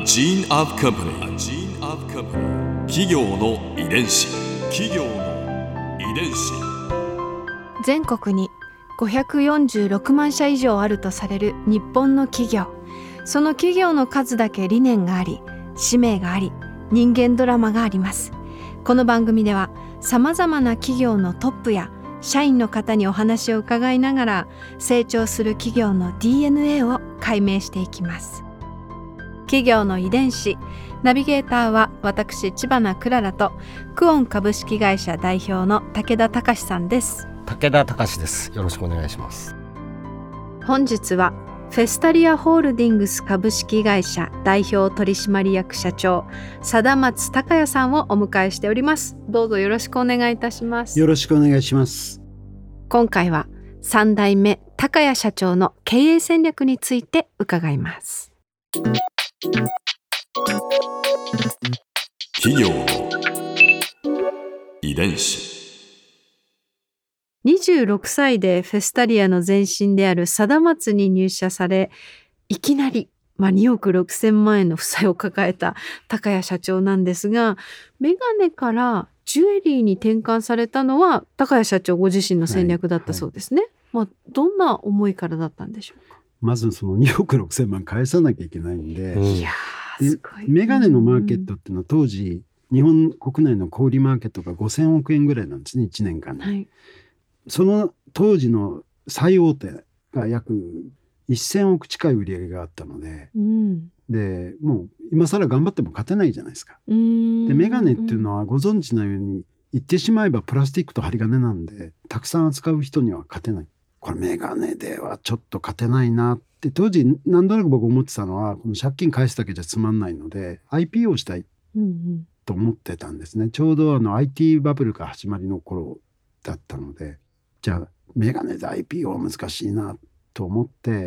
gene of company. A gene of company. 企業の遺伝子。 全国に546万社以上あるとされる日本の企業。その企業の数だけ理念があり、使命があり、人間ドラマがあります。この番組ではさまざまな企業のトップや社員の方にお話を伺いながら、成長する企業の DNA を解明していきます。企業の遺伝子、ナビゲーターは私知花くららと、クオン株式会社代表の武田隆さんです。 武田隆です。よろしくお願いします。 本日はフェスタリアホールディングス株式会社代表取締役社長、貞松孝也さんをお迎えしております。どうぞよろしくお願いいたします。 よろしくお願いします。 今回は3代目孝也社長の経営戦略について伺います。 企業の遺伝子。 26歳でフェスタリアの前身である貞松に入社され、いきなり2億6千万円の負債を抱えた孝也社長なんですが、メガネからジュエリーに転換されたのは孝也社長ご自身の戦略だったそうですね。どんな思いからだったんでしょうか。 まずその2億6千万返さなきゃいけないんで、 いやすごい。 メガネのマーケットっていうのは当時日本国内の小売マーケットが5000億円ぐらいなんですね、1年間に、はい、その当時の最大手が約1000億近い売り上げがあったので、でもう今更頑張っても勝てないじゃないですか。でメガネっていうのはご存知のように言ってしまえばプラスチックと針金なんで、たくさん扱う人には勝てない。これメガネではちょっと勝てないなって当時なんとなく僕思ってたのは、この借金返すだけじゃつまんないので IP をしたいと思ってたんですね。ちょうどIT バブルが始まりの頃だったので、じゃあメガネで IP は難しいなと思って、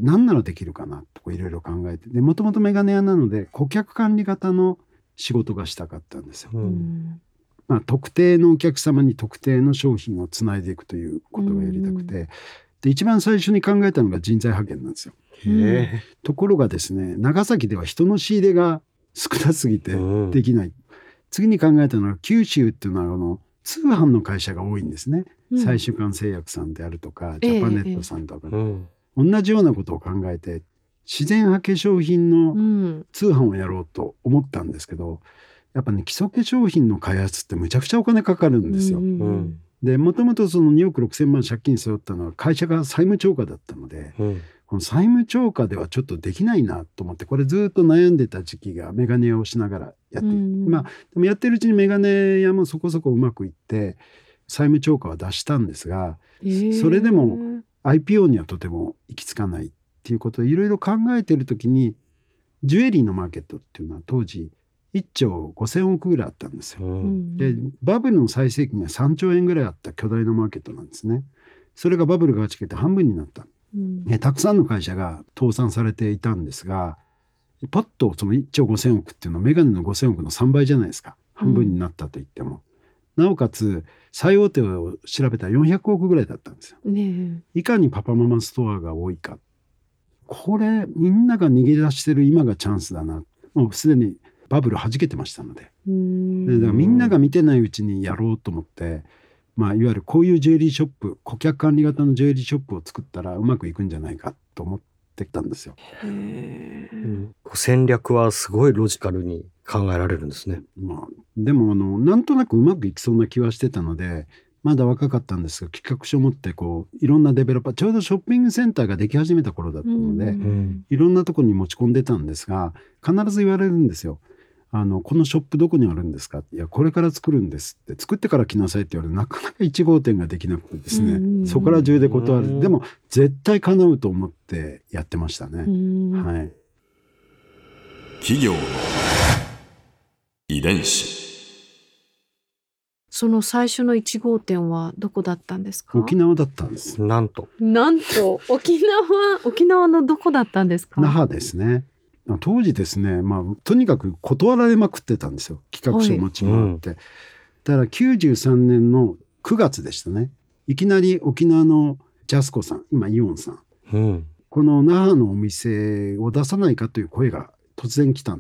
何ならできるかなといろいろ考えて、でもともとメガネ屋なので顧客管理型の仕事がしたかったんですよ。特定のお客様に特定の商品をつないでいくということがやりたくて、で一番最初に考えたのが人材派遣なんですよ。ところがですね、長崎では人の仕入れが少なすぎてできない。次に考えたのは九州っていうのは通販の会社が多いんですね。最終間製薬さんであるとか、ジャパネットさんとか、同じようなことを考えて自然派化粧品の通販をやろうと思ったんですけど、やっぱね、基礎化粧品の開発ってむちゃくちゃお金かかるんですよ。でもともとその2億6千万借金背負ったのは会社が債務超過だったので、この債務超過ではちょっとできないなと思って、これずっと悩んでた時期がメガネ屋をしながらやっている。でもやってるうちにメガネ屋もそこそこうまくいって債務超過は脱したんですが、それでも IPO にはとても行き着かないっていうことをいろいろ考えているときに、ジュエリーのマーケットっていうのは当時1兆5000億ぐらいあったんですよ。でバブルの最盛期には3兆円ぐらいあった巨大なマーケットなんですね。それがバブルがはじけて半分になった。たくさんの会社が倒産されていたんですが、パッとその1兆5000億っていうのはメガネの5000億の3倍じゃないですか。半分になったと言っても、なおかつ最大手を調べたら400億ぐらいだったんですよ。いかにパパママストアが多いか、これみんなが逃げ出してる今がチャンスだな。もうすでにバブル弾けてましたので、だからみんなが見てないうちにやろうと思って、いわゆるこういうジュエリーショップ、顧客管理型のジュエリーショップを作ったらうまくいくんじゃないかと思ってきたんですよ。 戦略はすごいロジカルに考えられるんですね。 でもなんとなくうまくいきそうな気はしてたので、まだ若かったんですが、企画書を持っていろんなデベロッパー、ちょうどショッピングセンターができ始めた頃だったので、いろんなところに持ち込んでたんですが、必ず言われるんですよ。このショップどこにあるんですか。いや、これから作るんですって、作ってから来なさいって言われて、なかなか1号店ができなくてですね、そこから中で断る。でも絶対叶うと思ってやってましたね。はい。 企業の遺伝子。 その最初の1号店はどこだったんですか。 沖縄だったんです。 なんと沖縄のどこだったんですか。 那覇ですね。当時ですね、とにかく断られまくってたんですよ、企画書持ち回って。だから93年の9月でしたね。いきなり沖縄のジャスコさん、今イオンさん、この那覇のお店を出さないかという声が突然来たん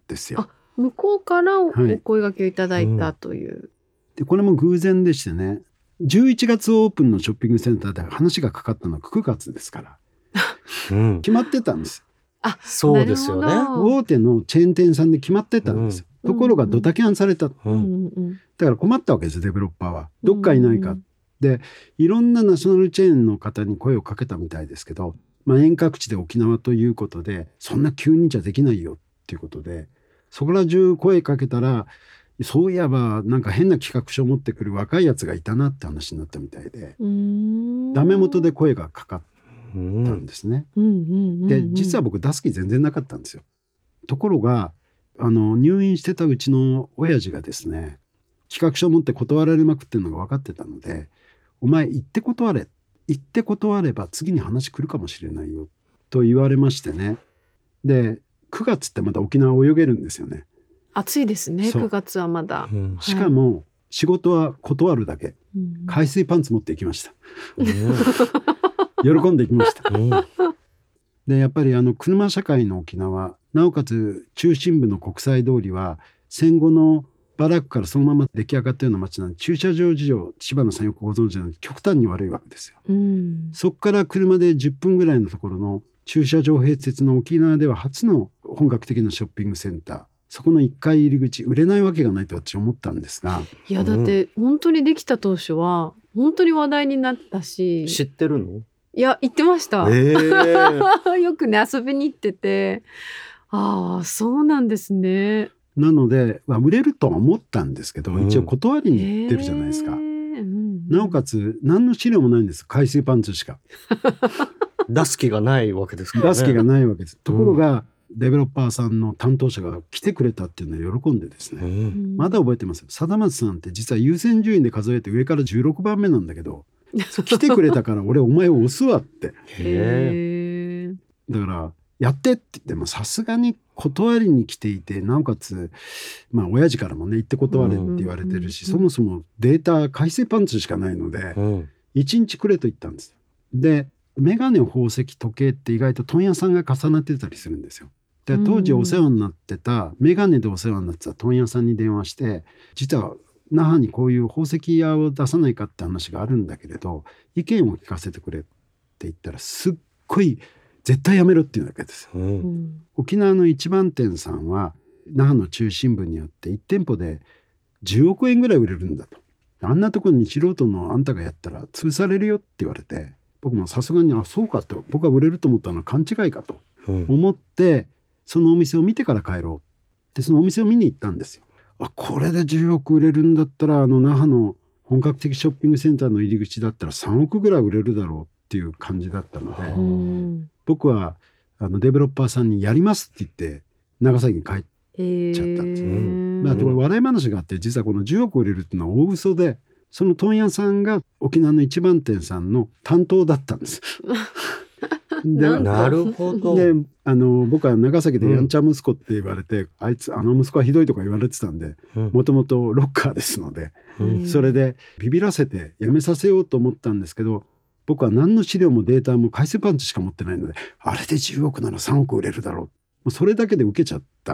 ですよ。 向こうからお声掛けをいただいたという、 でこれも偶然でしてね、11月オープンのショッピングセンターで話がかかったのは9月ですから、決まってたんです。 そうですよね。 大手のチェーン店さんで決まってたんですよ。ところがドタキャンされた、だから困ったわけですよ、デベロッパーは。どっかいないか、でいろんなナショナルチェーンの方に声をかけたみたいですけど、遠隔地で沖縄ということで、そんな急にじゃできないよっていうことで、そこら中声かけたら、そういえばなんか変な企画書を持ってくる若いやつがいたなって話になったみたいで、ダメ元で声がかかったんですね。で実は僕出す気全然なかったんですよ。ところが入院してたうちの親父がですね、企画書を持って断られまくってるのが分かってたので、お前行って断れ、行って断れば次に話来るかもしれないよと言われましてね。で9月ってまだ沖縄泳げるんですよね。暑いですね、9月はまだ、 しかも仕事は断るだけ、海水パンツ持って行きました、喜んで行きました、でやっぱり車社会の沖縄、なおかつ中心部の国際通りは戦後のバラックからそのまま出来上がったような街なので、駐車場事情、柴野さんよくご存知なので極端に悪いわけですよ、そこから車で10分ぐらいのところの駐車場併設の沖縄では初の本格的なショッピングセンター、そこの1階入り口、売れないわけがないと私思ったんですが、 いやだって本当にできた当初は本当に話題になったし。 知ってるの？ いや行ってました、よくね遊びに行ってて、そうなんですね。 なので、売れるとは思ったんですけど、一応断りに行ってるじゃないですか、なおかつ何の資料もないんです。海水パンツしか出す気がないわけですからね。 出す気がないわけです。ところが、デベロッパーさんの担当者が来てくれたっていうのを喜んでですね、まだ覚えてますよ。貞松さんって実は優先順位で数えて上から16番目なんだけど来てくれたから俺お前を押すわってだからやってって言ってもさすがに断りに来ていて、なおかつ親父からもね、言って断れって言われてるし、そもそもデータ海水パンツしかないので、1日くれと言ったんです。でメガネ、宝石、時計って意外と問屋さんが重なってたりするんですよ。で当時お世話になってた、メガネでお世話になってた問屋さんに電話して、実は那覇にこういう宝石屋を出さないかって話があるんだけれど意見を聞かせてくれって言ったら、すっごい絶対やめろっていうわけですよ、沖縄の一番店さんは那覇の中心部にあって1店舗で10億円ぐらい売れるんだと。あんなところに素人のあんたがやったら潰されるよって言われて、僕もさすがにそうかと、僕は売れると思ったのは勘違いかと思って、そのお店を見てから帰ろうってそのお店を見に行ったんですよ。これで10億売れるんだったら那覇の本格的ショッピングセンターの入り口だったら3億ぐらい売れるだろうっていう感じだったので、僕はデベロッパーさんにやりますって言って長崎に帰っちゃったんですね。これ笑い話があって、実はこの10億売れるっていうのは大嘘で、その問屋さんが沖縄の一番店さんの担当だったんですなるほど。 で僕は長崎でやんちゃ息子って言われて、あいつ息子はひどいとか言われてたんで、もともとロッカーですので、それでビビらせて辞めさせようと思ったんですけど、僕は何の資料もデータも海水パンツしか持ってないので、あれで10億なら3億売れるだろう、もうそれだけで受けちゃった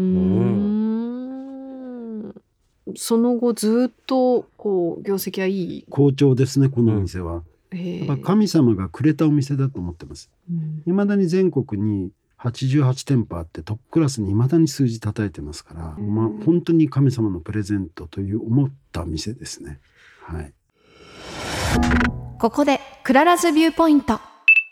その後ずっと業績はいい、 好調ですね、このお店は。やっぱ神様がくれたお店だと思ってます。未だに全国に88店舗あってトップクラスに未だに数字叩いてますから、本当に神様のプレゼントという思った店ですね。はい。 ここでクララズビューポイント。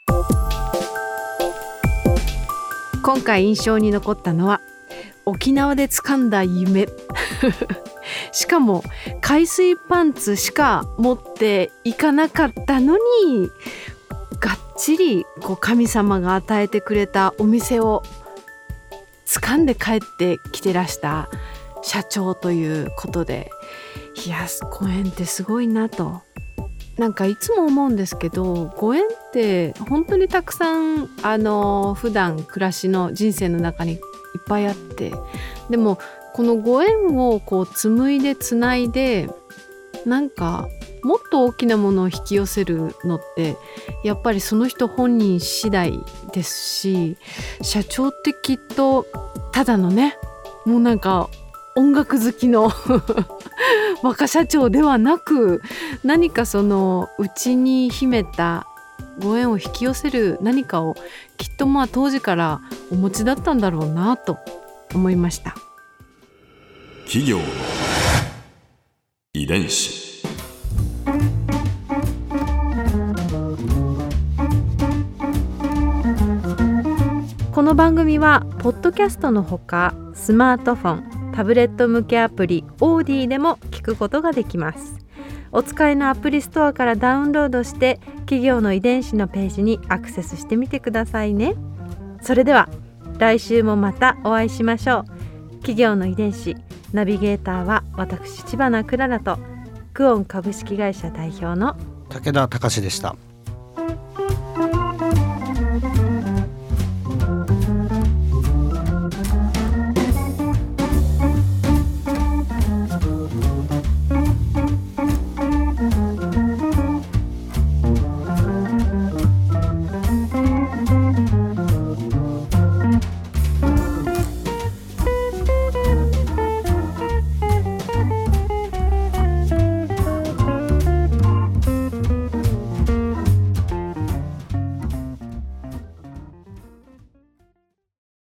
今回印象に残ったのは沖縄で掴んだ夢しかも海水パンツしか持っていかなかったのに、がっちり神様が与えてくれたお店を掴んで帰ってきてらした社長ということで、いやご縁ってすごいなと。なんかいつも思うんですけど、ご縁って本当にたくさん普段暮らしの人生の中にいっぱいあって、でもこのご縁を紡いでつないで、なんかもっと大きなものを引き寄せるのってやっぱりその人本人次第ですし、社長ってきっとただのねもうなんか音楽好きの若社長ではなく、何かその内に秘めたご縁を引き寄せる何かをきっと当時からお持ちだったんだろうなと思いました。 企業の遺伝子。 この番組はポッドキャストのほか、スマートフォン、タブレット向けアプリオーディでも聞くことができます。お使いのアプリストアからダウンロードして企業の遺伝子のページにアクセスしてみてくださいね。それでは来週もまたお会いしましょう。企業の遺伝子、ナビゲーターは私、知花くららとクオン株式会社代表の武田隆でした。